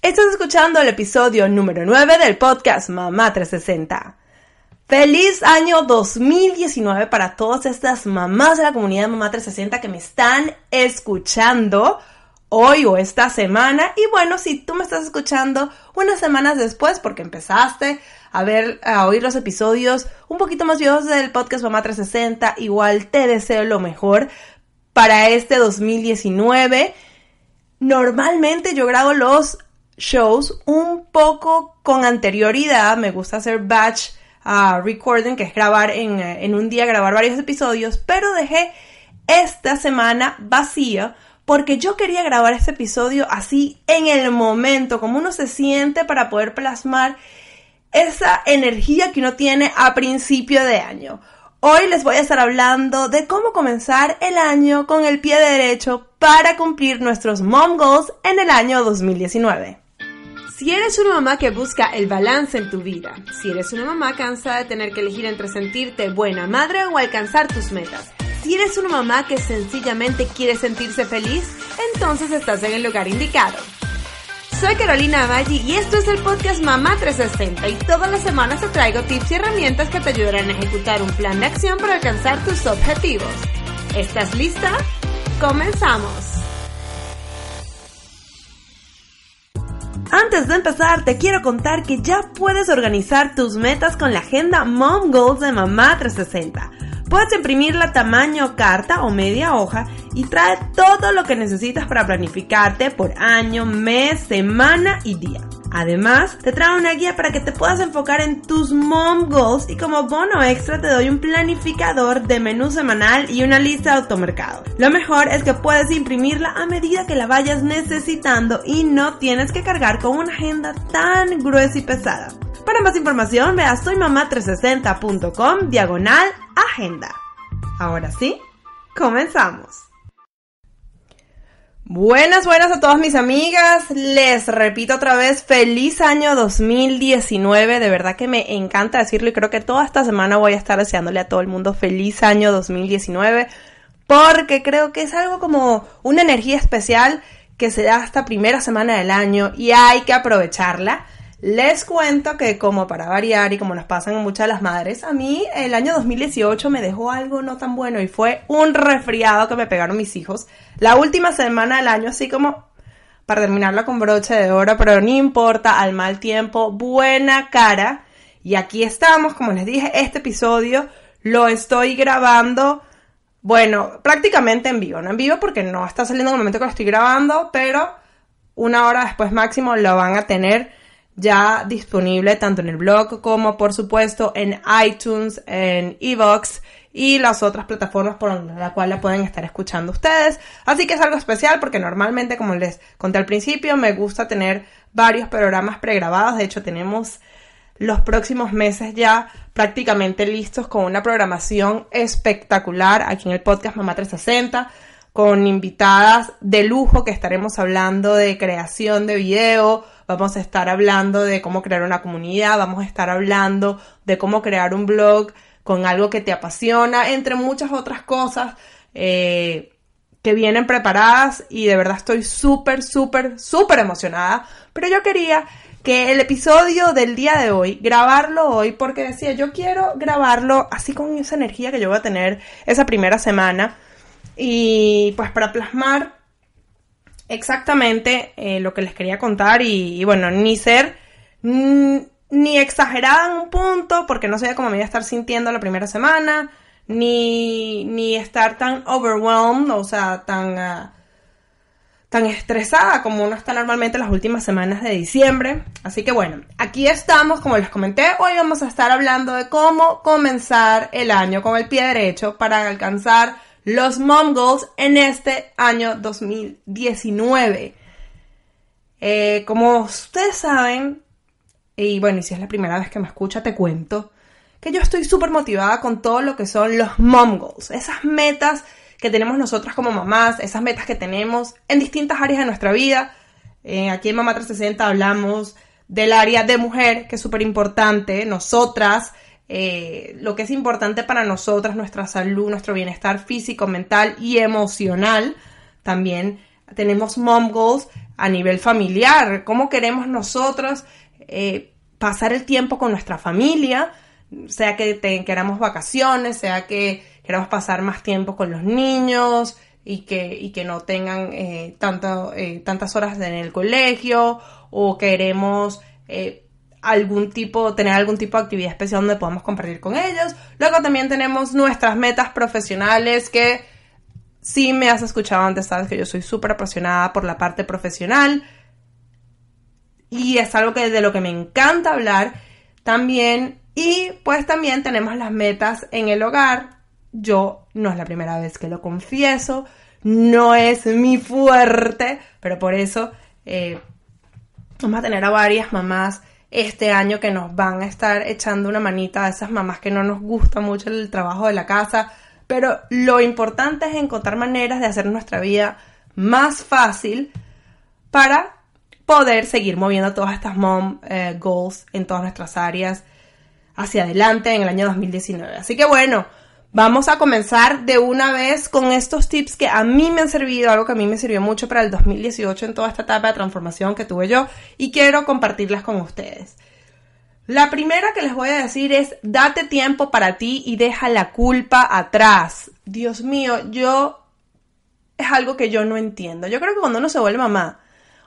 Estás escuchando el episodio número 9 del podcast Mamá 360. ¡Feliz año 2019 para todas estas mamás de la comunidad de Mamá 360 que me están escuchando hoy o esta semana! Y bueno, si tú me estás escuchando unas semanas después porque empezaste a oír los episodios un poquito más viejos del podcast Mamá 360, igual te deseo lo mejor para este 2019. Normalmente yo grabo los shows un poco con anterioridad. Me gusta hacer batch recording, que es grabar en un día, grabar varios episodios, pero dejé esta semana vacía porque yo quería grabar este episodio así en el momento, como uno se siente, para poder plasmar esa energía que uno tiene a principio de año. Hoy les voy a estar hablando de cómo comenzar el año con el pie derecho para cumplir nuestros mom goals en el año 2019. Si eres una mamá que busca el balance en tu vida, si eres una mamá cansada de tener que elegir entre sentirte buena madre o alcanzar tus metas, si eres una mamá que sencillamente quiere sentirse feliz, entonces estás en el lugar indicado. Soy Carolina Avalli y esto es el podcast Mamá 360 y todas las semanas te traigo tips y herramientas que te ayudarán a ejecutar un plan de acción para alcanzar tus objetivos. ¿Estás lista? ¡Comenzamos! Antes de empezar, te quiero contar que ya puedes organizar tus metas con la agenda Mom Goals de Mamá 360. Puedes imprimirla tamaño carta o media hoja y trae todo lo que necesitas para planificarte por año, mes, semana y día. Además, te trae una guía para que te puedas enfocar en tus Mom Goals y como bono extra te doy un planificador de menú semanal y una lista de automercado. Lo mejor es que puedes imprimirla a medida que la vayas necesitando y no tienes que cargar con una agenda tan gruesa y pesada. Para más información, ve a soymamá360.com/agenda. Ahora sí, comenzamos. Buenas a todas mis amigas, les repito otra vez, feliz año 2019, de verdad que me encanta decirlo y creo que toda esta semana voy a estar deseándole a todo el mundo feliz año 2019, porque creo que es algo como una energía especial que se da esta primera semana del año y hay que aprovecharla. Les cuento que como para variar y como nos pasan a muchas de las madres, a mí el año 2018 me dejó algo no tan bueno y fue un resfriado que me pegaron mis hijos la última semana del año, así como para terminarla con broche de oro, pero no importa, al mal tiempo, buena cara. Y aquí estamos, como les dije, este episodio lo estoy grabando, bueno, prácticamente en vivo, no en vivo porque no está saliendo en el momento que lo estoy grabando, pero una hora después máximo lo van a tener ya disponible tanto en el blog como por supuesto en iTunes, en iVoox y las otras plataformas por la cual la pueden estar escuchando ustedes. Así que es algo especial porque normalmente, como les conté al principio, me gusta tener varios programas pregrabados. De hecho, tenemos los próximos meses ya prácticamente listos con una programación espectacular aquí en el podcast Mamá 360, con invitadas de lujo que estaremos hablando de creación de video. Vamos a estar hablando de cómo crear una comunidad, vamos a estar hablando de cómo crear un blog con algo que te apasiona, entre muchas otras cosas que vienen preparadas y de verdad estoy súper emocionada. Pero yo quería que el episodio del día de hoy, grabarlo hoy, porque decía, yo quiero grabarlo así con esa energía que yo voy a tener esa primera semana y pues para plasmar exactamente lo que les quería contar y bueno, ni ser ni exagerada en un punto porque no sé cómo me voy a estar sintiendo la primera semana, ni estar tan overwhelmed, o sea, tan estresada como uno está normalmente las últimas semanas de diciembre. Así que bueno, aquí estamos, como les comenté, hoy vamos a estar hablando de cómo comenzar el año con el pie derecho para alcanzar los Mom Goals en este año 2019. Como ustedes saben, y bueno, y si es la primera vez que me escucha, te cuento que yo estoy súper motivada con todo lo que son los Mom Goals. Esas metas que tenemos nosotras como mamás, esas metas que tenemos en distintas áreas de nuestra vida. Aquí en Mamá 360 hablamos del área de mujer, que es súper importante. Nosotras, lo que es importante para nosotras, nuestra salud, nuestro bienestar físico, mental y emocional. También tenemos mom goals a nivel familiar, cómo queremos nosotros pasar el tiempo con nuestra familia, sea que queramos vacaciones, sea que queramos pasar más tiempo con los niños y que no tengan tantas horas en el colegio, o queremos tener algún tipo de actividad especial donde podamos compartir con ellos. Luego también tenemos nuestras metas profesionales, que si me has escuchado antes sabes que yo soy súper apasionada por la parte profesional y es algo de lo que me encanta hablar también. Y pues también tenemos las metas en el hogar. Yo no es la primera vez que lo confieso, no es mi fuerte, pero por eso vamos a tener a varias mamás este año que nos van a estar echando una manita, a esas mamás que no nos gusta mucho el trabajo de la casa, pero lo importante es encontrar maneras de hacer nuestra vida más fácil para poder seguir moviendo todas estas mom goals en todas nuestras áreas hacia adelante en el año 2019. Así que bueno, vamos a comenzar de una vez con estos tips que a mí me han servido, algo que a mí me sirvió mucho para el 2018 en toda esta etapa de transformación que tuve yo, y quiero compartirlas con ustedes. La primera que les voy a decir es: date tiempo para ti y deja la culpa atrás. Dios mío, es algo que yo no entiendo. Yo creo que cuando uno se vuelve mamá,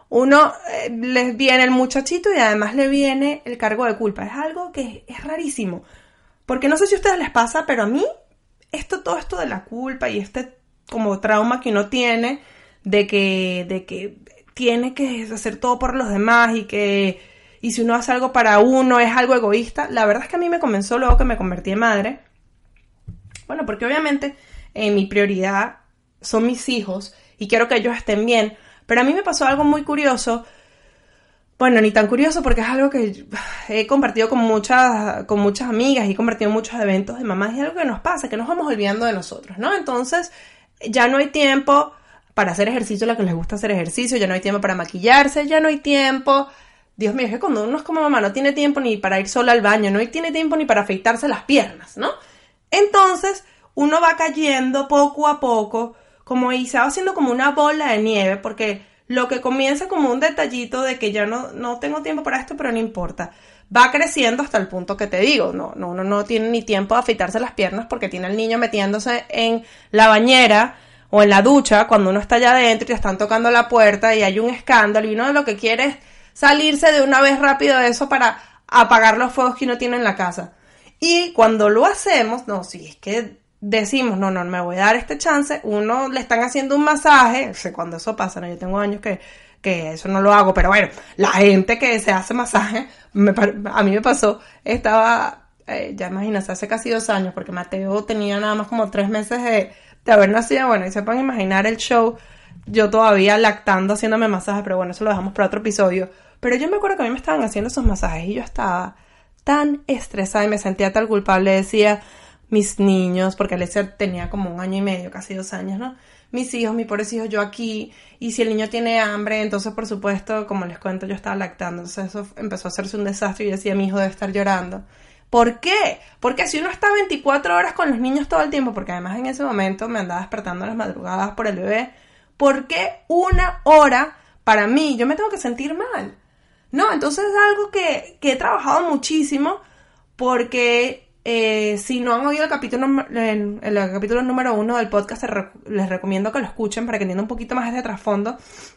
les viene el muchachito y además le viene el cargo de culpa. Es algo que es rarísimo. Porque no sé si a ustedes les pasa, pero a mí todo esto de la culpa y como trauma que uno tiene de que tiene que hacer todo por los demás y si uno hace algo para uno es algo egoísta. La verdad es que a mí me comenzó luego que me convertí en madre. Bueno, porque obviamente mi prioridad son mis hijos y quiero que ellos estén bien. Pero a mí me pasó algo muy curioso. Bueno, ni tan curioso porque es algo que he compartido con muchas amigas y he compartido en muchos eventos de mamás, y es algo que nos pasa, que nos vamos olvidando de nosotros, ¿no? Entonces, ya no hay tiempo para hacer ejercicio, la que les gusta hacer ejercicio, ya no hay tiempo para maquillarse, ya no hay tiempo. Dios mío, es que cuando uno es como mamá no tiene tiempo ni para ir sola al baño, no tiene tiempo ni para afeitarse las piernas, ¿no? Entonces, uno va cayendo poco a poco, y se va haciendo como una bola de nieve, porque lo que comienza como un detallito de que ya no tengo tiempo para esto, pero no importa, va creciendo hasta el punto que te digo, uno no tiene ni tiempo de afeitarse las piernas porque tiene al niño metiéndose en la bañera o en la ducha cuando uno está allá adentro y te están tocando la puerta y hay un escándalo y uno lo que quiere es salirse de una vez rápido de eso para apagar los fuegos que uno tiene en la casa. Y cuando lo hacemos, si es que decimos, no me voy a dar este chance, uno le están haciendo un masaje, cuando eso pasa, ¿no? Yo tengo años que eso no lo hago, pero bueno, la gente que se hace masaje, a mí me pasó, ya imagínate, hace casi 2 años, porque Mateo tenía nada más como 3 meses de haber nacido, bueno, y se pueden imaginar el show, yo todavía lactando, haciéndome masaje, pero bueno, eso lo dejamos para otro episodio. Pero yo me acuerdo que a mí me estaban haciendo esos masajes y yo estaba tan estresada y me sentía tan culpable, decía, mis niños, porque Alesia tenía como 1 año y medio, casi 2 años, ¿no? Mis hijos, mis pobres hijos, yo aquí, y si el niño tiene hambre, entonces por supuesto, como les cuento, yo estaba lactando, entonces eso empezó a hacerse un desastre y yo decía, mi hijo debe estar llorando. ¿Por qué? Porque si uno está 24 horas con los niños todo el tiempo, porque además en ese momento me andaba despertando a las madrugadas por el bebé, ¿por qué 1 hora para mí? Yo me tengo que sentir mal, ¿no? Entonces es algo que he trabajado muchísimo, porque si no han oído el capítulo número 1 del podcast, les recomiendo que lo escuchen para que entiendan un poquito más de trasfondo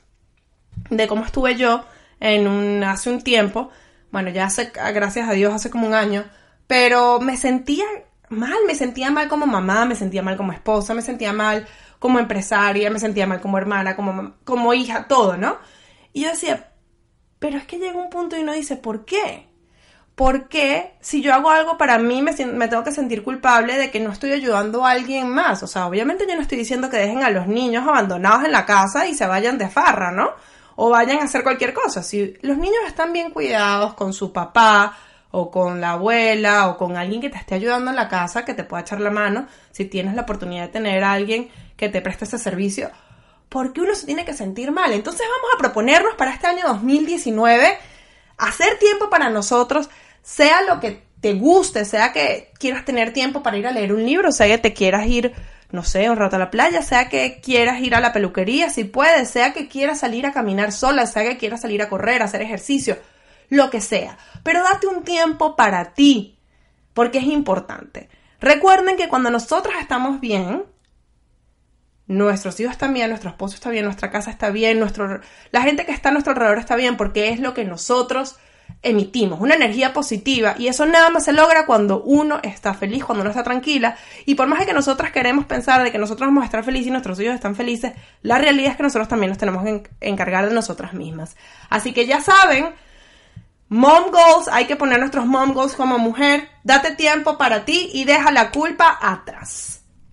de cómo estuve yo hace un tiempo. Bueno, ya gracias a Dios, hace como 1 año, pero me sentía mal como mamá, me sentía mal como esposa, me sentía mal como empresaria, me sentía mal como hermana, como hija, todo, ¿no? Y yo decía, pero es que llega un punto y uno dice, ¿por qué? Porque si yo hago algo para mí, me tengo que sentir culpable de que no estoy ayudando a alguien más. O sea, obviamente yo no estoy diciendo que dejen a los niños abandonados en la casa y se vayan de farra, ¿no? O vayan a hacer cualquier cosa. Si los niños están bien cuidados con su papá o con la abuela o con alguien que te esté ayudando en la casa, que te pueda echar la mano, si tienes la oportunidad de tener a alguien que te preste ese servicio, ¿por qué uno se tiene que sentir mal? Entonces vamos a proponernos para este año 2019 hacer tiempo para nosotros, sea lo que te guste, sea que quieras tener tiempo para ir a leer un libro, sea que te quieras ir, no sé, un rato a la playa, sea que quieras ir a la peluquería, si puedes, sea que quieras salir a caminar sola, sea que quieras salir a correr, a hacer ejercicio, lo que sea. Pero date un tiempo para ti, porque es importante. Recuerden que cuando nosotros estamos bien, nuestros hijos están bien, nuestro esposo está bien, nuestra casa está bien, la gente que está a nuestro alrededor está bien, porque es lo que nosotros emitimos, una energía positiva, y eso nada más se logra cuando uno está feliz, cuando uno está tranquila. Y por más de que nosotras queremos pensar de que nosotros vamos a estar felices y nuestros hijos están felices, la realidad es que nosotros también nos tenemos que encargar de nosotras mismas. Así que ya saben, mom goals, hay que poner nuestros mom goals como mujer. Date tiempo para ti y deja la culpa atrás.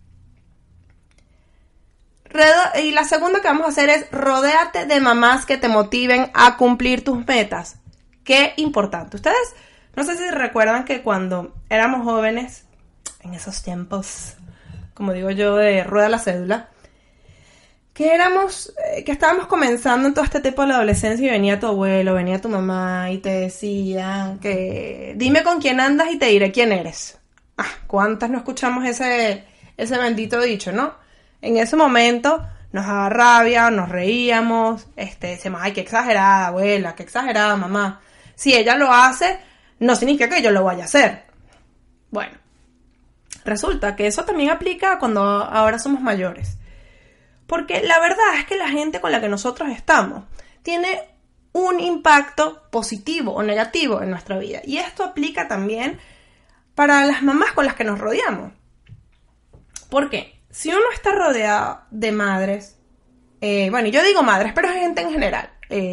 Y la segunda que vamos a hacer es rodéate de mamás que te motiven a cumplir tus metas. Qué importante. Ustedes, no sé si recuerdan que cuando éramos jóvenes, en esos tiempos, como digo yo, de rueda la cédula, que estábamos comenzando en todo este tipo de la adolescencia y venía tu abuelo, venía tu mamá y te decían que dime con quién andas y te diré quién eres. ¿Cuántas no escuchamos ese bendito dicho, no? En ese momento nos daba rabia, nos reíamos, decíamos, ay, qué exagerada abuela, qué exagerada mamá. Si ella lo hace, no significa que yo lo vaya a hacer. Bueno, resulta que eso también aplica cuando ahora somos mayores. Porque la verdad es que la gente con la que nosotros estamos tiene un impacto positivo o negativo en nuestra vida. Y esto aplica también para las mamás con las que nos rodeamos. ¿Por qué? Si uno está rodeado de madres, bueno, yo digo madres, pero es gente en general,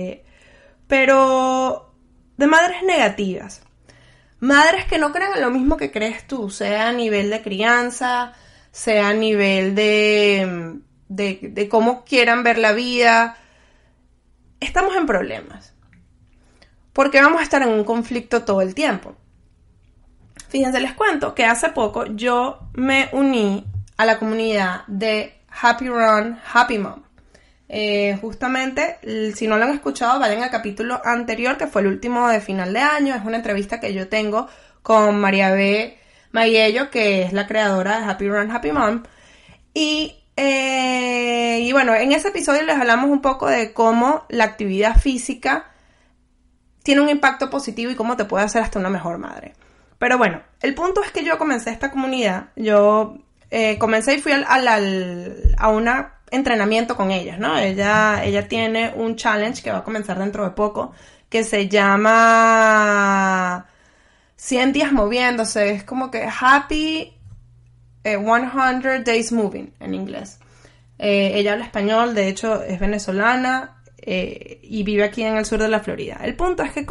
pero de madres negativas, madres que no creen en lo mismo que crees tú, sea a nivel de crianza, sea a nivel de cómo quieran ver la vida, estamos en problemas, porque vamos a estar en un conflicto todo el tiempo. Fíjense, les cuento que hace poco yo me uní a la comunidad de Happy Run, Happy Mom. Justamente, si no lo han escuchado, vayan al capítulo anterior, que fue el último de final de año. Es una entrevista que yo tengo con María B. Mayello, que es la creadora de Happy Run, Happy Mom. Y bueno, en ese episodio les hablamos un poco de cómo la actividad física tiene un impacto positivo y cómo te puede hacer hasta una mejor madre. Pero bueno, el punto es que yo comencé esta comunidad, comencé y fui a un entrenamiento con ellas, ¿no? Ella tiene un challenge que va a comenzar dentro de poco, que se llama 100 días moviéndose, es como que Happy 100 Days Moving en inglés. Ella habla español, de hecho es venezolana y vive aquí en el sur de la Florida. El punto es que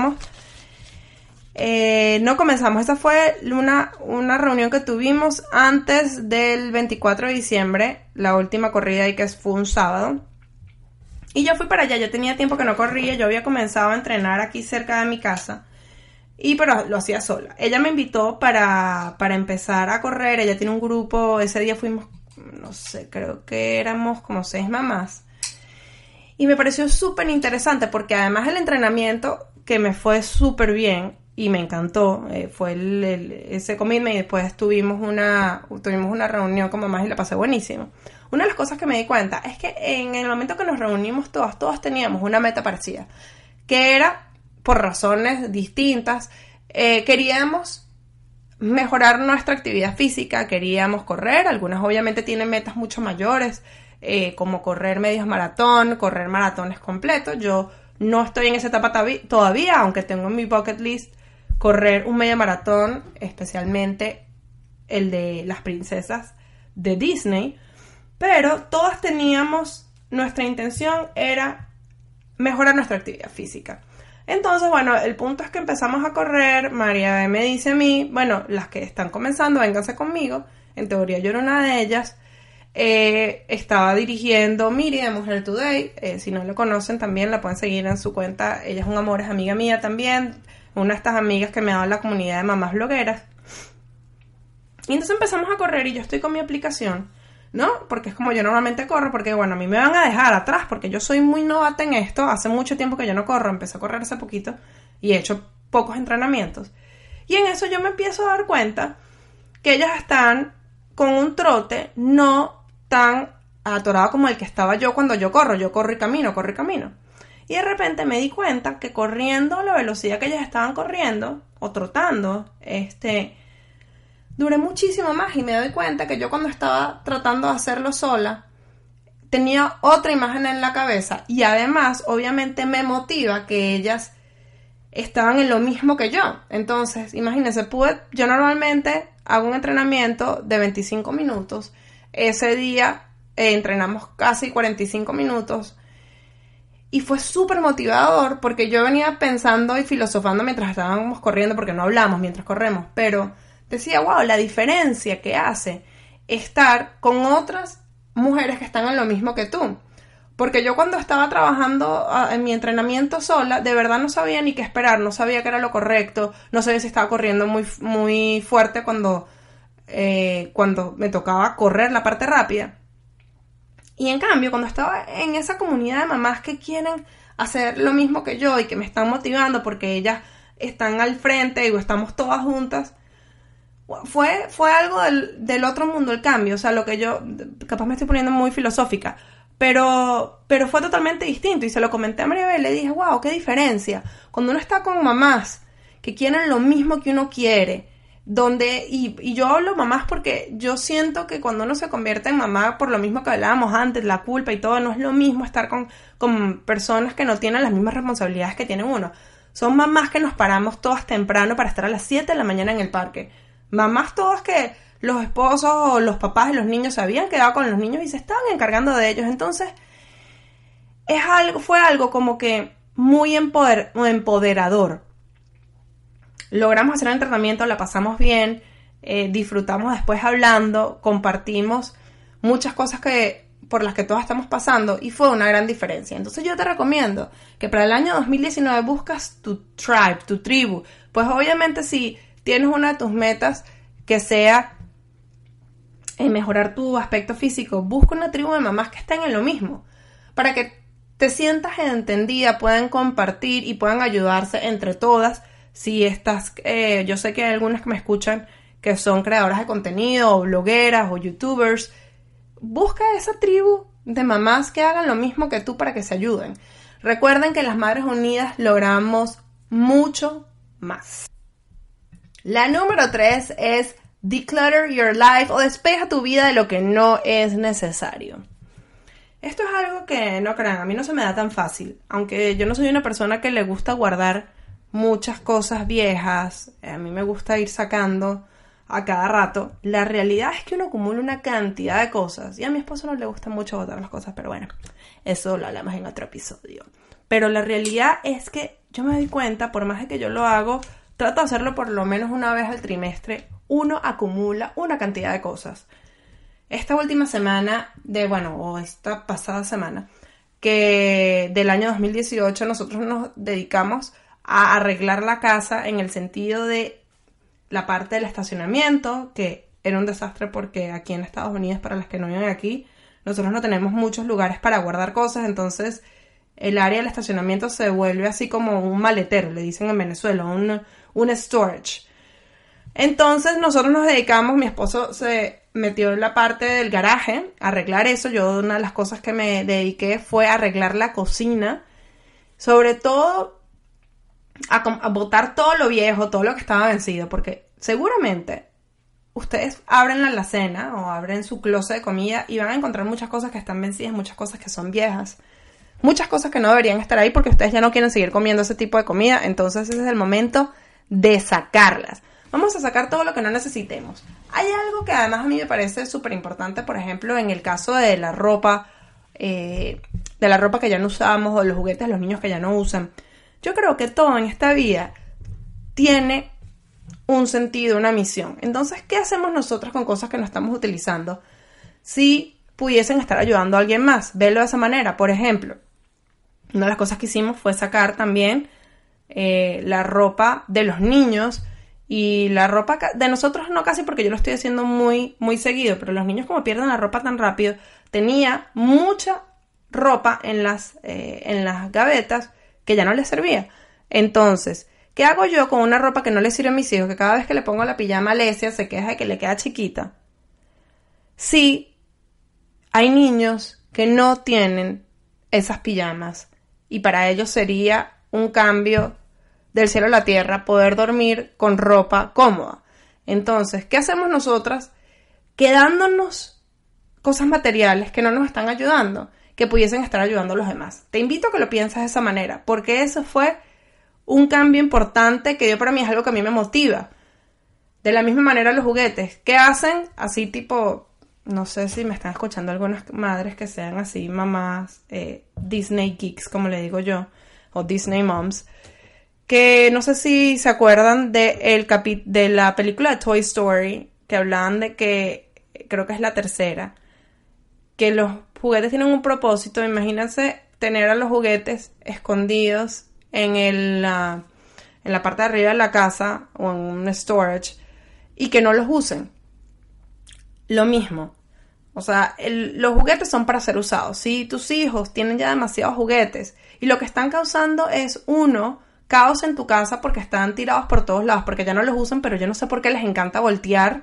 esa fue una reunión que tuvimos antes del 24 de diciembre, la última corrida ahí que fue un sábado. Y yo fui para allá, yo tenía tiempo que no corría, yo había comenzado a entrenar aquí cerca de mi casa, pero lo hacía sola. Ella me invitó para empezar a correr, ella tiene un grupo, ese día fuimos, no sé, creo que éramos como 6 mamás. Y me pareció súper interesante porque además del entrenamiento, que me fue súper bien, y me encantó, fue ese commitment y después tuvimos una reunión con mamás y la pasé buenísimo. Una de las cosas que me di cuenta es que en el momento que nos reunimos todos teníamos una meta parecida, que era, por razones distintas, queríamos mejorar nuestra actividad física, queríamos correr, algunas obviamente tienen metas mucho mayores, como correr medios maratón, correr maratones completos. Yo no estoy en esa etapa todavía, aunque tengo en mi bucket list correr un medio maratón, especialmente el de las princesas de Disney, pero todas teníamos, nuestra intención era mejorar nuestra actividad física. Entonces, bueno, el punto es que empezamos a correr, María me dice a mí, bueno, las que están comenzando, vénganse conmigo, en teoría yo era una de ellas, estaba dirigiendo Miri de Mujer Today, si no lo conocen también la pueden seguir en su cuenta, ella es un amor, es amiga mía también, una de estas amigas que me ha dado la comunidad de mamás blogueras. Y entonces empezamos a correr y yo estoy con mi aplicación, ¿no? Porque es como yo normalmente corro, porque bueno, a mí me van a dejar atrás, porque yo soy muy novata en esto, hace mucho tiempo que yo no corro, empecé a correr hace poquito y he hecho pocos entrenamientos. Y en eso yo me empiezo a dar cuenta que ellas están con un trote no tan atorado como el que estaba yo cuando yo corro y camino. Y de repente me di cuenta que corriendo a la velocidad que ellas estaban corriendo, o trotando, duré muchísimo más, y me doy cuenta que yo cuando estaba tratando de hacerlo sola, tenía otra imagen en la cabeza, y además, obviamente, me motiva que ellas estaban en lo mismo que yo. Entonces, imagínense, yo normalmente hago un entrenamiento de 25 minutos, ese día entrenamos casi 45 minutos, y fue súper motivador porque yo venía pensando y filosofando mientras estábamos corriendo, porque no hablamos mientras corremos, pero decía, wow, la diferencia que hace estar con otras mujeres que están en lo mismo que tú. Porque yo cuando estaba trabajando en mi entrenamiento sola, de verdad no sabía ni qué esperar, no sabía qué era lo correcto, no sabía si estaba corriendo muy, muy fuerte cuando me tocaba correr la parte rápida. Y en cambio, cuando estaba en esa comunidad de mamás que quieren hacer lo mismo que yo y que me están motivando porque ellas están al frente y estamos todas juntas, fue algo del otro mundo el cambio. O sea, lo que yo, capaz me estoy poniendo muy filosófica, pero fue totalmente distinto, y se lo comenté a Maribel y le dije, wow, qué diferencia. Cuando uno está con mamás que quieren lo mismo que uno quiere, y yo hablo mamás porque yo siento que cuando uno se convierte en mamá, por lo mismo que hablábamos antes, la culpa y todo, no es lo mismo estar con personas que no tienen las mismas responsabilidades que tiene uno. Son mamás que nos paramos todas temprano para estar a las 7 de la mañana en el parque. Mamás todas que los esposos o los papás de los niños se habían quedado con los niños y se estaban encargando de ellos. Entonces, fue algo como que muy empoderador. Logramos hacer el entrenamiento, la pasamos bien, disfrutamos después hablando, compartimos muchas cosas por las que todas estamos pasando, y fue una gran diferencia. Entonces yo te recomiendo que para el año 2019 buscas tu tribe, tu tribu. Pues obviamente si tienes una de tus metas que sea mejorar tu aspecto físico, busca una tribu de mamás que estén en lo mismo, para que te sientas entendida, puedan compartir y puedan ayudarse entre todas. Si estás, yo sé que hay algunas que me escuchan que son creadoras de contenido, o blogueras, o youtubers. Busca esa tribu de mamás que hagan lo mismo que tú para que se ayuden. Recuerden que las Madres Unidas logramos mucho más. La número 3 es Declutter Your Life, o despeja tu vida de lo que no es necesario. Esto es algo que, no crean, a mí no se me da tan fácil. Aunque yo no soy una persona que le gusta guardar muchas cosas viejas, a mí me gusta ir sacando a cada rato. La realidad es que uno acumula una cantidad de cosas, y a mi esposo no le gusta mucho botar las cosas, pero bueno, eso lo hablamos en otro episodio. Pero la realidad es que yo me doy cuenta, por más de que yo lo hago, trato de hacerlo por lo menos una vez al trimestre, uno acumula una cantidad de cosas. Esta última semana, o esta pasada semana, que del año 2018, nosotros nos dedicamos a arreglar la casa en el sentido de la parte del estacionamiento, que era un desastre porque aquí en Estados Unidos, para las que no viven aquí, nosotros no tenemos muchos lugares para guardar cosas. Entonces el área del estacionamiento se vuelve así como un maletero, le dicen en Venezuela, un storage. Entonces nosotros nos dedicamos, mi esposo se metió en la parte del garaje a arreglar eso. Yo, una de las cosas que me dediqué fue a arreglar la cocina, sobre todo a botar todo lo viejo, todo lo que estaba vencido, porque seguramente ustedes abren la alacena o abren su closet de comida y van a encontrar muchas cosas que están vencidas, muchas cosas que son viejas, muchas cosas que no deberían estar ahí porque ustedes ya no quieren seguir comiendo ese tipo de comida. Entonces ese es el momento de sacarlas. Vamos a sacar todo lo que no necesitemos. Hay algo que además a mí me parece súper importante, por ejemplo, en el caso de la ropa que ya no usamos, o los juguetes de los niños que ya no usan. Yo creo que todo en esta vida tiene un sentido, una misión. Entonces, ¿qué hacemos nosotros con cosas que no estamos utilizando si pudiesen estar ayudando a alguien más? Velo de esa manera. Por ejemplo, una de las cosas que hicimos fue sacar también la ropa de los niños. Y la ropa de nosotros no casi, porque yo lo estoy haciendo muy, muy seguido, pero los niños, como pierden la ropa tan rápido, tenía mucha ropa en las gavetas que ya no les servía. Entonces, ¿qué hago yo con una ropa que no le sirve a mis hijos? Que cada vez que le pongo la pijama a Alesia se queja de que le queda chiquita. Sí, hay niños que no tienen esas pijamas y para ellos sería un cambio del cielo a la tierra poder dormir con ropa cómoda. Entonces, ¿qué hacemos nosotras? Quedándonos cosas materiales que no nos están ayudando, que pudiesen estar ayudando a los demás. Te invito a que lo pienses de esa manera, porque eso fue un cambio importante que yo para mí es algo que a mí me motiva. De la misma manera los juguetes, ¿qué hacen? Así tipo, no sé si me están escuchando algunas madres que sean así, mamás, Disney geeks, como le digo yo, o Disney moms, que no sé si se acuerdan de la película de Toy Story, que hablaban de que, creo que es la tercera, que los juguetes tienen un propósito. Imagínense tener a los juguetes escondidos en la parte de arriba de la casa o en un storage y que no los usen. Lo mismo. O sea, los juguetes son para ser usados. Si tus hijos tienen ya demasiados juguetes y lo que están causando es, caos en tu casa porque están tirados por todos lados, porque ya no los usan, pero yo no sé por qué les encanta voltear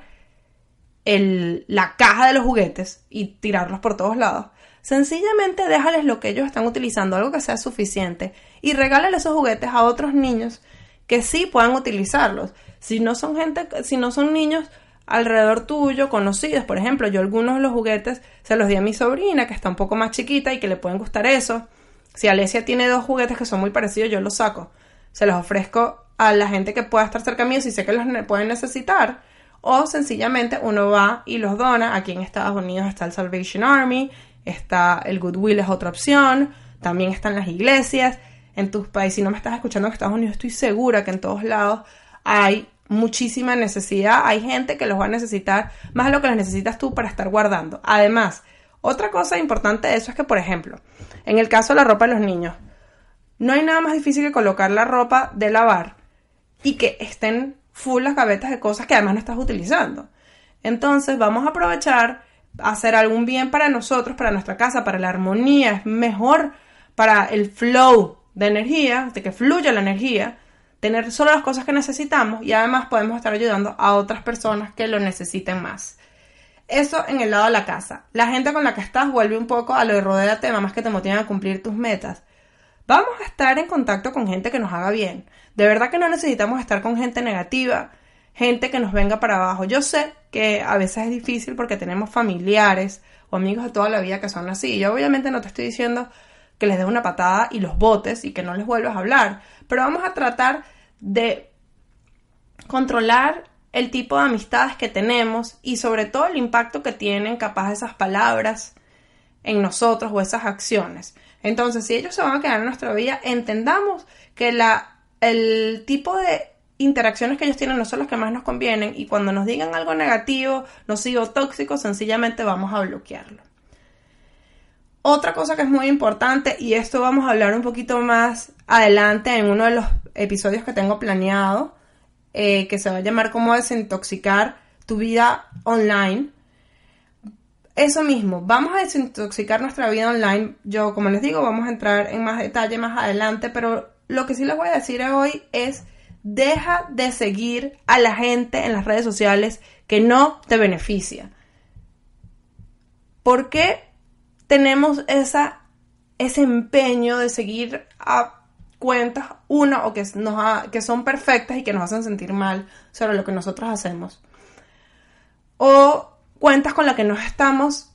la caja de los juguetes y tirarlos por todos lados. Sencillamente déjales lo que ellos están utilizando, algo que sea suficiente, y regálales esos juguetes a otros niños que sí puedan utilizarlos. Si no son niños alrededor tuyo, conocidos, por ejemplo, yo algunos de los juguetes se los di a mi sobrina, que está un poco más chiquita y que le pueden gustar eso. Si Alesia tiene 2 juguetes que son muy parecidos, yo los saco. Se los ofrezco a la gente que pueda estar cerca mío si sé que los pueden necesitar. O sencillamente uno va y los dona. Aquí en Estados Unidos está el Salvation Army, está el Goodwill, es otra opción. También están las iglesias. En tus países, si no me estás escuchando en Estados Unidos, estoy segura que en todos lados hay muchísima necesidad. Hay gente que los va a necesitar más de lo que los necesitas tú para estar guardando. Además, otra cosa importante de eso es que, por ejemplo, en el caso de la ropa de los niños, no hay nada más difícil que colocar la ropa de lavar y que estén full las gavetas de cosas que además no estás utilizando. Entonces vamos a aprovechar, hacer algún bien para nosotros, para nuestra casa, para la armonía. Es mejor para el flow de energía, de que fluya la energía, tener solo las cosas que necesitamos y además podemos estar ayudando a otras personas que lo necesiten más. Eso en el lado de la casa. La gente con la que estás vuelve un poco a lo de rodéate de mamás que te motivan a cumplir tus metas. Vamos a estar en contacto con gente que nos haga bien. De verdad que no necesitamos estar con gente negativa, gente que nos venga para abajo. Yo sé que a veces es difícil porque tenemos familiares o amigos de toda la vida que son así. Yo obviamente no te estoy diciendo que les des una patada y los botes y que no les vuelvas a hablar, pero vamos a tratar de controlar el tipo de amistades que tenemos y sobre todo el impacto que tienen capaz esas palabras en nosotros o esas acciones. Entonces, si ellos se van a quedar en nuestra vida, entendamos que el tipo de interacciones que ellos tienen no son las que más nos convienen y cuando nos digan algo negativo, nocivo, tóxico, sencillamente vamos a bloquearlo. Otra cosa que es muy importante, y esto vamos a hablar un poquito más adelante en uno de los episodios que tengo planeado, que se va a llamar cómo desintoxicar tu vida online. Eso mismo, vamos a desintoxicar nuestra vida online. Yo, como les digo, vamos a entrar en más detalle más adelante, pero lo que sí les voy a decir hoy es: deja de seguir a la gente en las redes sociales que no te beneficia. ¿Por qué tenemos ese empeño de seguir a cuentas, o que son perfectas y que nos hacen sentir mal sobre lo que nosotros hacemos? O cuentas con las que no estamos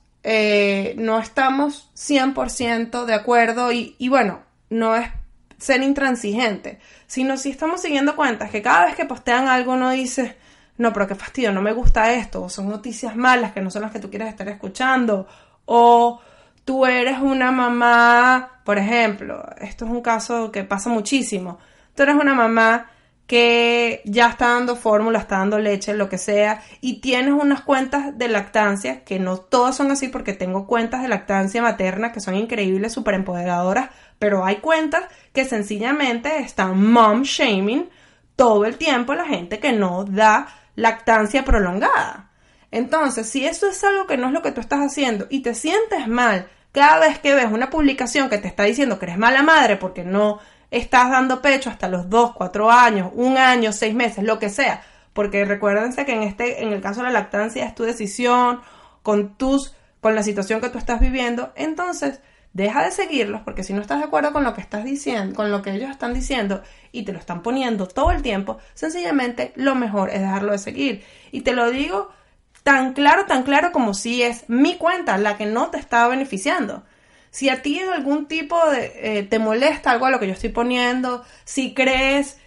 100% de acuerdo y bueno, no es ser intransigente, sino si estamos siguiendo cuentas que cada vez que postean algo uno dice, no, pero qué fastidio, no me gusta esto, o son noticias malas que no son las que tú quieres estar escuchando, o tú eres una mamá, por ejemplo, esto es un caso que pasa muchísimo, tú eres una mamá que ya está dando fórmula, está dando leche, lo que sea, y tienes unas cuentas de lactancia, que no todas son así porque tengo cuentas de lactancia materna que son increíbles, súper empoderadoras, pero hay cuentas que sencillamente están mom shaming todo el tiempo a la gente que no da lactancia prolongada. Entonces, si eso es algo que no es lo que tú estás haciendo y te sientes mal cada vez que ves una publicación que te está diciendo que eres mala madre porque no estás dando pecho hasta los 2, 4 años, 1 año, 6 meses, lo que sea, porque recuérdense que en el caso de la lactancia es tu decisión, con la situación que tú estás viviendo, entonces deja de seguirlos, porque si no estás de acuerdo con lo que estás diciendo, con lo que ellos están diciendo y te lo están poniendo todo el tiempo, sencillamente lo mejor es dejarlo de seguir. Y te lo digo tan claro como si es mi cuenta la que no te está beneficiando. Si a ti en algún tipo de te molesta algo a lo que yo estoy poniendo, si crees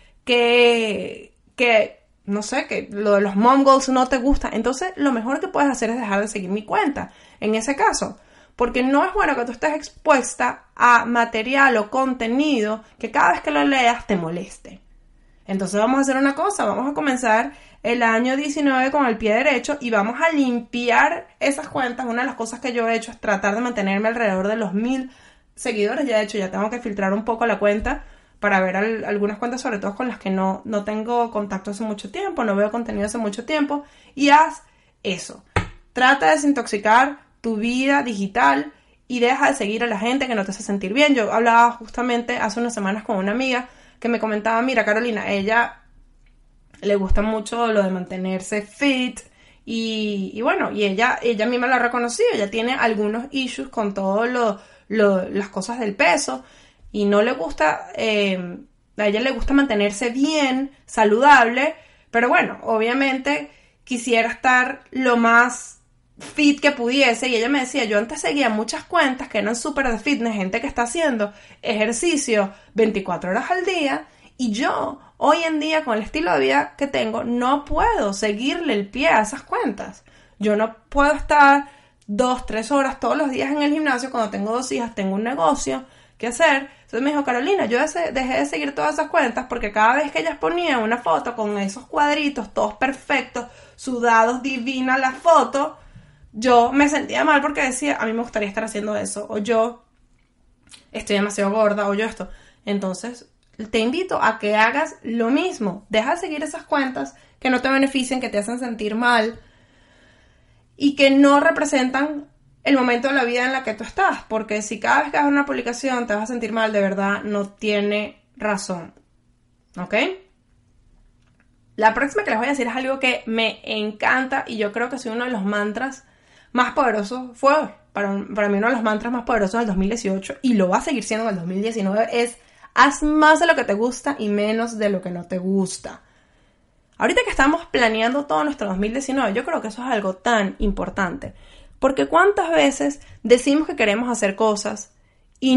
que no sé, que lo de los mom goals no te gusta, entonces lo mejor que puedes hacer es dejar de seguir mi cuenta, en ese caso. Porque no es bueno que tú estés expuesta a material o contenido que cada vez que lo leas te moleste. Entonces vamos a hacer una cosa, vamos a comenzar el año 19 con el pie derecho y vamos a limpiar esas cuentas. Una de las cosas que yo he hecho es tratar de mantenerme alrededor de los 1000 seguidores. Ya de hecho ya tengo que filtrar un poco la cuenta para ver algunas cuentas, sobre todo con las que no tengo contacto hace mucho tiempo, no veo contenido hace mucho tiempo. Y haz eso. Trata de desintoxicar tu vida digital y deja de seguir a la gente que no te hace sentir bien. Yo hablaba justamente hace unas semanas con una amiga que me comentaba, mira Carolina, ella le gusta mucho lo de mantenerse fit y bueno, y ella misma lo ha reconocido, ella tiene algunos issues con todo las cosas del peso y no le gusta, a ella le gusta mantenerse bien, saludable, pero bueno, obviamente quisiera estar lo más fit que pudiese, y ella me decía, yo antes seguía muchas cuentas que eran súper de fitness, gente que está haciendo ejercicio 24 horas al día, y yo hoy en día con el estilo de vida que tengo no puedo seguirle el pie a esas cuentas. Yo no puedo estar 2-3 horas todos los días en el gimnasio cuando tengo 2 hijas, tengo un negocio que hacer. Entonces me dijo, Carolina, yo dejé de seguir todas esas cuentas porque cada vez que ellas ponían una foto con esos cuadritos todos perfectos, sudados, divina la foto, yo me sentía mal porque decía, a mí me gustaría estar haciendo eso, o yo estoy demasiado gorda, o yo esto. Entonces, te invito a que hagas lo mismo. Deja de seguir esas cuentas que no te benefician, que te hacen sentir mal y que no representan el momento de la vida en la que tú estás. Porque si cada vez que hagas una publicación te vas a sentir mal, de verdad no tiene razón. ¿Ok? La próxima que les voy a decir es algo que me encanta y yo creo que es uno de los mantras más poderosos, fue para mí uno de los mantras más poderosos del 2018 y lo va a seguir siendo en el 2019, es haz más de lo que te gusta y menos de lo que no te gusta. Ahorita que estamos planeando todo nuestro 2019, yo creo que eso es algo tan importante, porque cuántas veces decimos que queremos hacer cosas y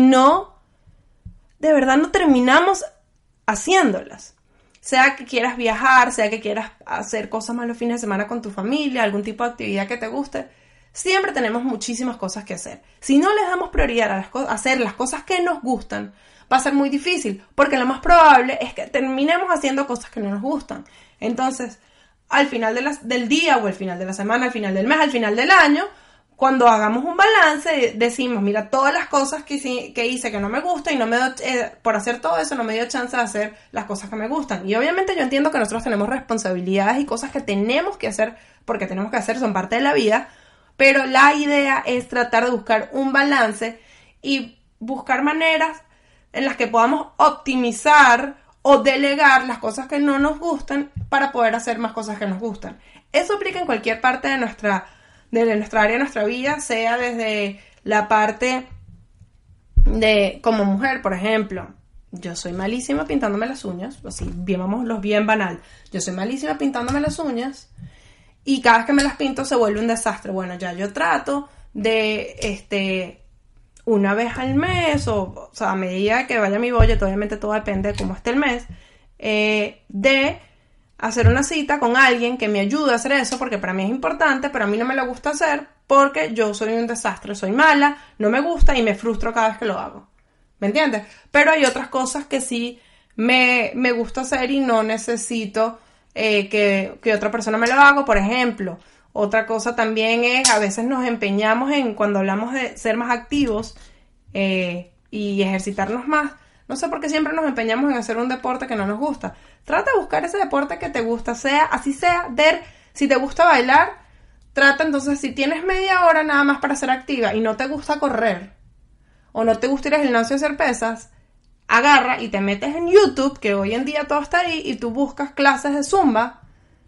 de verdad no terminamos haciéndolas. Sea que quieras viajar, sea que quieras hacer cosas más los fines de semana con tu familia, algún tipo de actividad que te guste, siempre tenemos muchísimas cosas que hacer. Si no les damos prioridad a hacer las cosas que nos gustan, va a ser muy difícil, porque lo más probable es que terminemos haciendo cosas que no nos gustan. Entonces, al final del día, o al final de la semana, al final del mes, al final del año, cuando hagamos un balance, decimos, mira, todas las cosas que hice que no me gustan y por hacer todo eso no me dio chance de hacer las cosas que me gustan. Y obviamente yo entiendo que nosotros tenemos responsabilidades y cosas que tenemos que hacer, porque tenemos que hacer, son parte de la vida, pero la idea es tratar de buscar un balance y buscar maneras en las que podamos optimizar o delegar las cosas que no nos gustan para poder hacer más cosas que nos gustan. Eso aplica en cualquier parte de nuestra área de nuestra vida, sea desde la parte de como mujer, por ejemplo. Yo soy malísima pintándome las uñas, así, llamémoslo bien banal. Yo soy malísima pintándome las uñas y cada vez que me las pinto se vuelve un desastre. Bueno, ya yo trato de una vez al mes, o sea, a medida que vaya mi budget, obviamente todo depende de cómo esté el mes, de hacer una cita con alguien que me ayude a hacer eso, porque para mí es importante, pero a mí no me lo gusta hacer porque yo soy un desastre, soy mala, no me gusta y me frustro cada vez que lo hago. ¿Me entiendes? Pero hay otras cosas que sí me gusta hacer y no necesito que otra persona me lo haga. Por ejemplo, otra cosa también es, a veces nos empeñamos cuando hablamos de ser más activos y ejercitarnos más, no sé por qué siempre nos empeñamos en hacer un deporte que no nos gusta. Trata de buscar ese deporte que te gusta, sea, si te gusta bailar, trata entonces, si tienes media hora nada más para ser activa y no te gusta correr, o no te gusta ir al gimnasio a hacer pesas, agarra y te metes en YouTube, que hoy en día todo está ahí, y tú buscas clases de Zumba,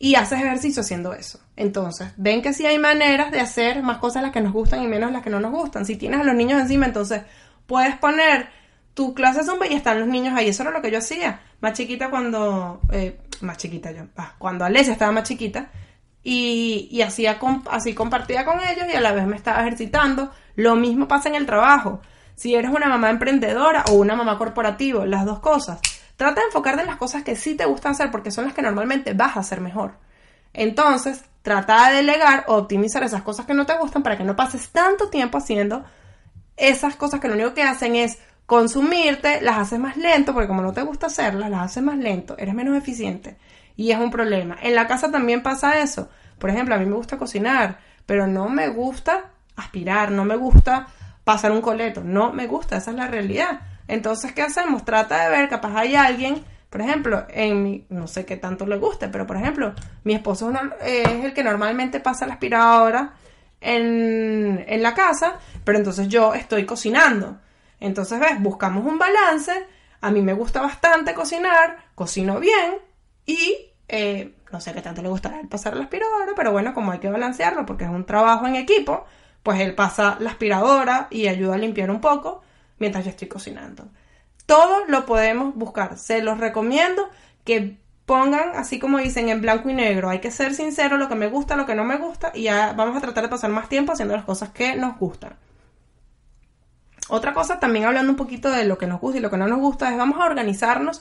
y haces ejercicio haciendo eso. Entonces, ven que sí hay maneras de hacer más cosas las que nos gustan y menos las que no nos gustan. Si tienes a los niños encima, entonces puedes poner tu clase de Zumba y están los niños ahí. Eso era lo que yo hacía. Más chiquita cuando... cuando Alesia estaba más chiquita. Y hacía así compartía con ellos y a la vez me estaba ejercitando. Lo mismo pasa en el trabajo. Si eres una mamá emprendedora o una mamá corporativa, las dos cosas. Trata de enfocarte en las cosas que sí te gustan hacer porque son las que normalmente vas a hacer mejor. Entonces, trata de delegar o optimizar esas cosas que no te gustan para que no pases tanto tiempo haciendo esas cosas que lo único que hacen es consumirte, las haces más lento porque como no te gusta hacerlas, las haces más lento, eres menos eficiente y es un problema. En la casa también pasa eso. Por ejemplo, a mí me gusta cocinar, pero no me gusta aspirar, no me gusta pasar un coleto, no me gusta, esa es la realidad. Entonces, ¿qué hacemos? Trata de ver, capaz hay alguien, por ejemplo, no sé qué tanto le guste, pero por ejemplo, mi esposo es el que normalmente pasa la aspiradora en la casa, pero entonces yo estoy cocinando. Entonces, ves, buscamos un balance, a mí me gusta bastante cocinar, cocino bien y no sé qué tanto le gustará el pasar la aspiradora, pero bueno, como hay que balancearlo porque es un trabajo en equipo, pues él pasa la aspiradora y ayuda a limpiar un poco mientras yo estoy cocinando. Todo lo podemos buscar. Se los recomiendo que pongan, así como dicen, en blanco y negro. Hay que ser sincero, lo que me gusta, lo que no me gusta, y ya vamos a tratar de pasar más tiempo haciendo las cosas que nos gustan. Otra cosa, también hablando un poquito de lo que nos gusta y lo que no nos gusta, es vamos a organizarnos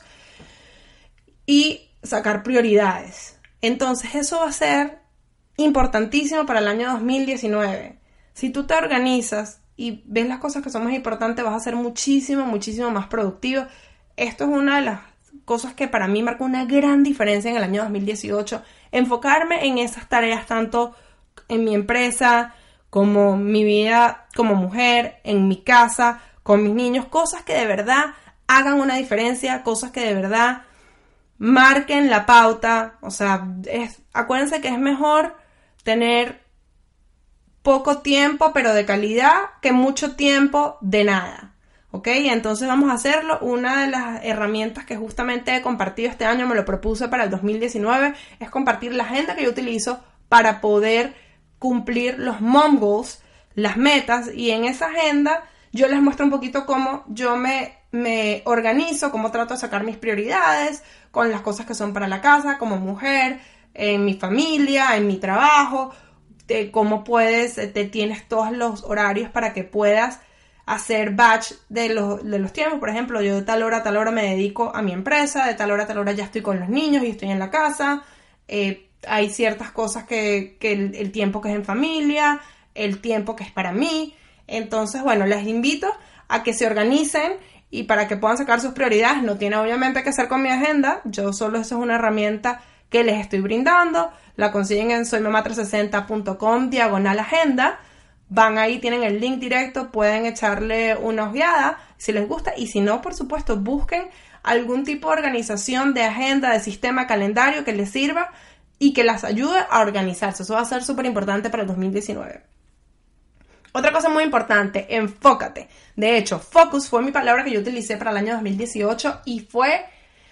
y sacar prioridades. Entonces eso va a ser importantísimo para el año 2019. Si tú te organizas y ves las cosas que son más importantes, vas a ser muchísimo, muchísimo más productivo. Esto es una de las cosas que para mí marcó una gran diferencia en el año 2018. Enfocarme en esas tareas tanto en mi empresa como mi vida como mujer, en mi casa, con mis niños. Cosas que de verdad hagan una diferencia, cosas que de verdad marquen la pauta. O sea, acuérdense que es mejor tener poco tiempo, pero de calidad, que mucho tiempo de nada, ¿ok? Entonces vamos a hacerlo. Una de las herramientas que justamente he compartido este año, me lo propuse para el 2019, es compartir la agenda que yo utilizo para poder cumplir los mom goals, las metas, y en esa agenda yo les muestro un poquito cómo yo me organizo, cómo trato de sacar mis prioridades con las cosas que son para la casa, como mujer, en mi familia, en mi trabajo, de cómo tienes todos los horarios para que puedas hacer batch de los tiempos. Por ejemplo, yo de tal hora a tal hora me dedico a mi empresa, de tal hora a tal hora ya estoy con los niños y estoy en la casa. Hay ciertas cosas que el tiempo que es en familia, el tiempo que es para mí. Entonces, bueno, les invito a que se organicen y para que puedan sacar sus prioridades. No tiene obviamente que ser con mi agenda, yo solo eso es una herramienta que les estoy brindando. La consiguen en soymamá360.com/agenda. Van ahí, tienen el link directo, pueden echarle una ojeada si les gusta, y si no, por supuesto, busquen algún tipo de organización, de agenda, de sistema, calendario que les sirva y que las ayude a organizarse. Eso va a ser súper importante para el 2019. Otra cosa muy importante, enfócate. De hecho, focus fue mi palabra que yo utilicé para el año 2018 y fue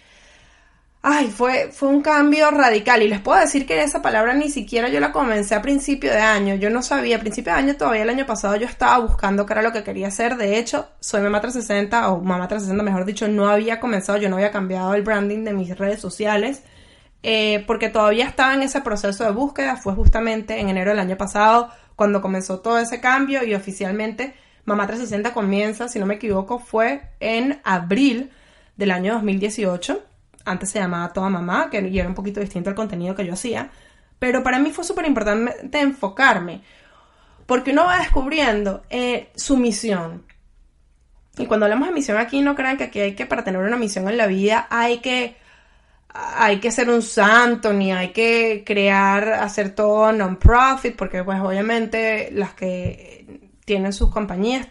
un cambio radical. Y les puedo decir que esa palabra ni siquiera yo la comencé a principio de año. Yo no sabía, a principio de año todavía, el año pasado yo estaba buscando qué era lo que quería hacer. De hecho, Soy Mamá 360, o Mamá 360 mejor dicho, no había comenzado, yo no había cambiado el branding de mis redes sociales, porque todavía estaba en ese proceso de búsqueda. Fue justamente en enero del año pasado cuando comenzó todo ese cambio y oficialmente Mamá 360 comienza, si no me equivoco, fue en abril del año 2018. Antes se llamaba Toda Mamá, que era un poquito distinto al contenido que yo hacía. Pero para mí fue súper importante enfocarme, porque uno va descubriendo su misión. Y cuando hablamos de misión aquí, no crean que aquí para tener una misión en la vida hay que ser un santo, ni hay que hacer todo non-profit, porque pues obviamente las que tienen sus compañías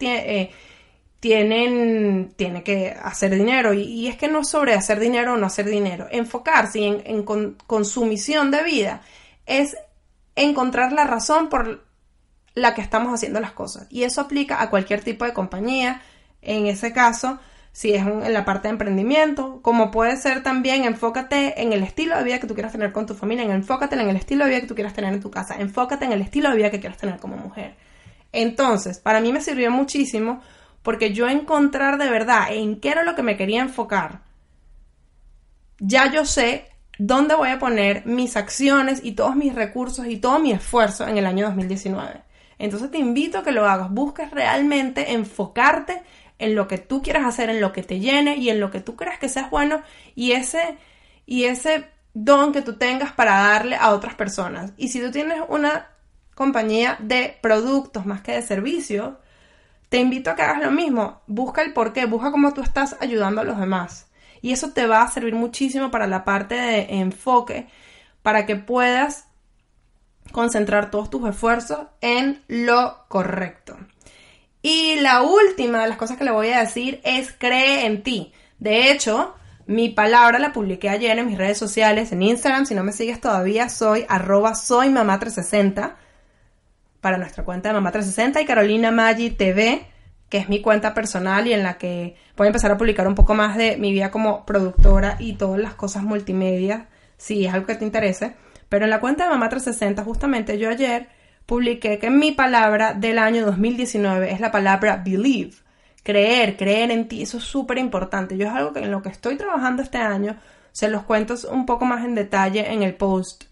tienen que hacer dinero, y es que no es sobre hacer dinero o no hacer dinero. Enfocarse con su misión de vida es encontrar la razón por la que estamos haciendo las cosas, y eso aplica a cualquier tipo de compañía. En ese caso, si es en la parte de emprendimiento, como puede ser también enfócate en el estilo de vida que tú quieras tener con tu familia, enfócate en el estilo de vida que tú quieras tener en tu casa, enfócate en el estilo de vida que quieras tener como mujer. Entonces, para mí me sirvió muchísimo porque yo encontrar de verdad en qué era lo que me quería enfocar, ya yo sé dónde voy a poner mis acciones y todos mis recursos y todo mi esfuerzo en el año 2019. Entonces te invito a que lo hagas, busques realmente enfocarte en lo que tú quieras hacer, en lo que te llene y en lo que tú creas que seas bueno y ese don que tú tengas para darle a otras personas. Y si tú tienes una compañía de productos más que de servicios, te invito a que hagas lo mismo. Busca el porqué, busca cómo tú estás ayudando a los demás. Y eso te va a servir muchísimo para la parte de enfoque, para que puedas concentrar todos tus esfuerzos en lo correcto. Y la última de las cosas que le voy a decir es cree en ti. De hecho, mi palabra la publiqué ayer en mis redes sociales, en Instagram. Si no me sigues todavía, soy @soymamá360 para nuestra cuenta de Mamá360 y Carolina Maggi TV, que es mi cuenta personal y en la que voy a empezar a publicar un poco más de mi vida como productora y todas las cosas multimedia, si es algo que te interese. Pero en la cuenta de Mamá360, justamente yo ayer publiqué que mi palabra del año 2019 es la palabra believe, creer en ti. Eso es súper importante. Yo es algo que en lo que estoy trabajando este año, se los cuento un poco más en detalle en el post.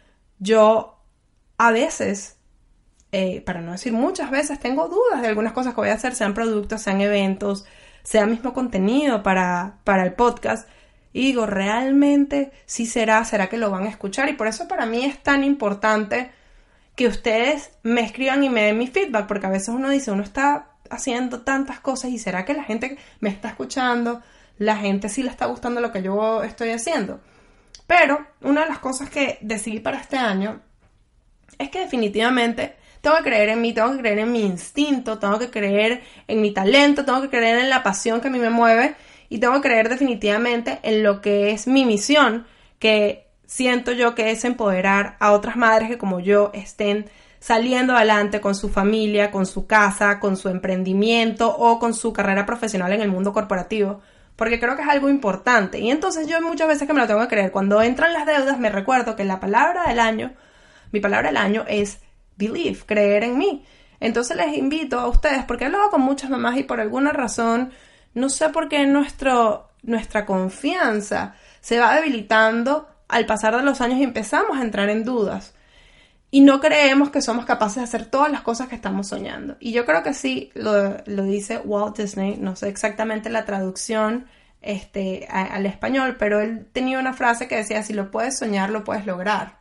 Yo a veces, para no decir muchas veces, tengo dudas de algunas cosas que voy a hacer, sean productos, sean eventos, sea mismo contenido para el podcast. Y digo, ¿realmente sí será que lo van a escuchar? Y por eso para mí es tan importante que ustedes me escriban y me den mi feedback, porque a veces uno dice, uno está haciendo tantas cosas y ¿será que la gente me está escuchando? ¿La gente sí le está gustando lo que yo estoy haciendo? Pero una de las cosas que decidí para este año es que definitivamente tengo que creer en mí, tengo que creer en mi instinto, tengo que creer en mi talento, tengo que creer en la pasión que a mí me mueve y tengo que creer definitivamente en lo que es mi misión, que siento yo que es empoderar a otras madres que como yo estén saliendo adelante con su familia, con su casa, con su emprendimiento o con su carrera profesional en el mundo corporativo, porque creo que es algo importante. Y entonces yo muchas veces que me lo tengo que creer, cuando entran las deudas me recuerdo que la palabra del año, mi palabra del año es believe, creer en mí. Entonces les invito a ustedes, porque he hablado con muchas mamás y por alguna razón, no sé por qué nuestra confianza se va debilitando al pasar de los años y empezamos a entrar en dudas. Y no creemos que somos capaces de hacer todas las cosas que estamos soñando. Y yo creo que sí, lo dice Walt Disney, no sé exactamente la traducción al español, pero él tenía una frase que decía, si lo puedes soñar, lo puedes lograr.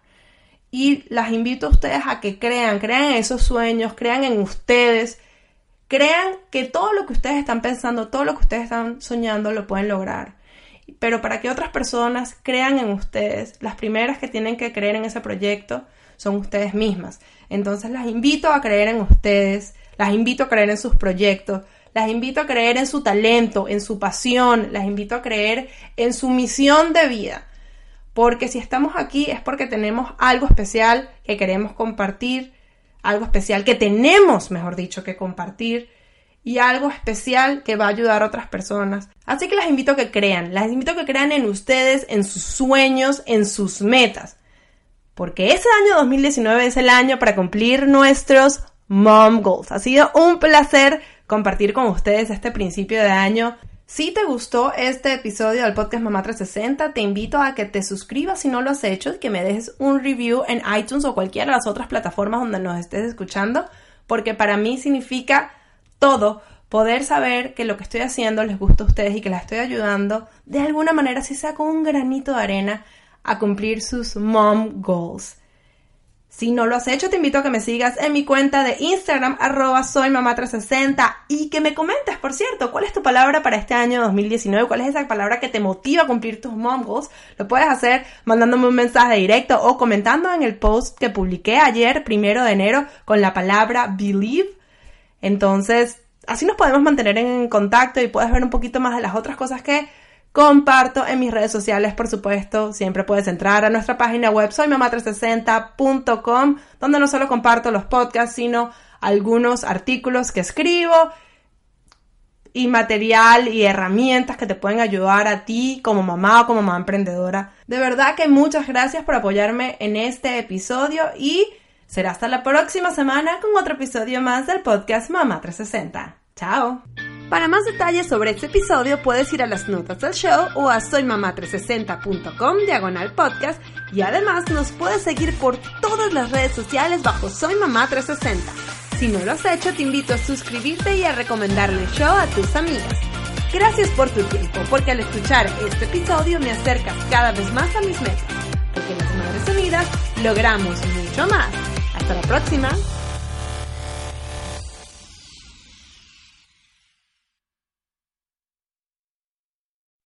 Y las invito a ustedes a que crean en esos sueños, crean en ustedes, crean que todo lo que ustedes están pensando, todo lo que ustedes están soñando, lo pueden lograr. Pero para que otras personas crean en ustedes, las primeras que tienen que creer en ese proyecto son ustedes mismas. Entonces las invito a creer en ustedes, las invito a creer en sus proyectos, las invito a creer en su talento, en su pasión, las invito a creer en su misión de vida. Porque si estamos aquí es porque tenemos algo especial que queremos compartir, algo especial que tenemos, mejor dicho, que compartir y algo especial que va a ayudar a otras personas. Así que las invito a que crean en ustedes, en sus sueños, en sus metas. Porque ese año 2019 es el año para cumplir nuestros Mom Goals. Ha sido un placer compartir con ustedes este principio de año. Si te gustó este episodio del podcast Mamá360, te invito a que te suscribas si no lo has hecho y que me dejes un review en iTunes o cualquiera de las otras plataformas donde nos estés escuchando, porque para mí significa todo poder saber que lo que estoy haciendo les gusta a ustedes y que las estoy ayudando de alguna manera, si sea con un granito de arena, a cumplir sus Mom Goals. Si no lo has hecho, te invito a que me sigas en mi cuenta de Instagram, @soymamá360, y que me comentes, por cierto, cuál es tu palabra para este año 2019, cuál es esa palabra que te motiva a cumplir tus Mom Goals. Lo puedes hacer mandándome un mensaje directo o comentando en el post que publiqué ayer, 1 de enero, con la palabra believe. Entonces, así nos podemos mantener en contacto y puedes ver un poquito más de las otras cosas que comparto en mis redes sociales. Por supuesto, siempre puedes entrar a nuestra página web soymamá360.com, donde no solo comparto los podcasts, sino algunos artículos que escribo, y material y herramientas que te pueden ayudar a ti como mamá o como mamá emprendedora. De verdad que muchas gracias por apoyarme en este episodio y será hasta la próxima semana con otro episodio más del podcast Mamá 360. ¡Chao! Para más detalles sobre este episodio puedes ir a las notas del show o a soymamá360.com/podcast y además nos puedes seguir por todas las redes sociales bajo Soy Mamá 360. Si no lo has hecho, te invito a suscribirte y a recomendarle el show a tus amigas. Gracias por tu tiempo, porque al escuchar este episodio me acercas cada vez más a mis metas, porque las Madres Unidas logramos mucho más. Hasta la próxima.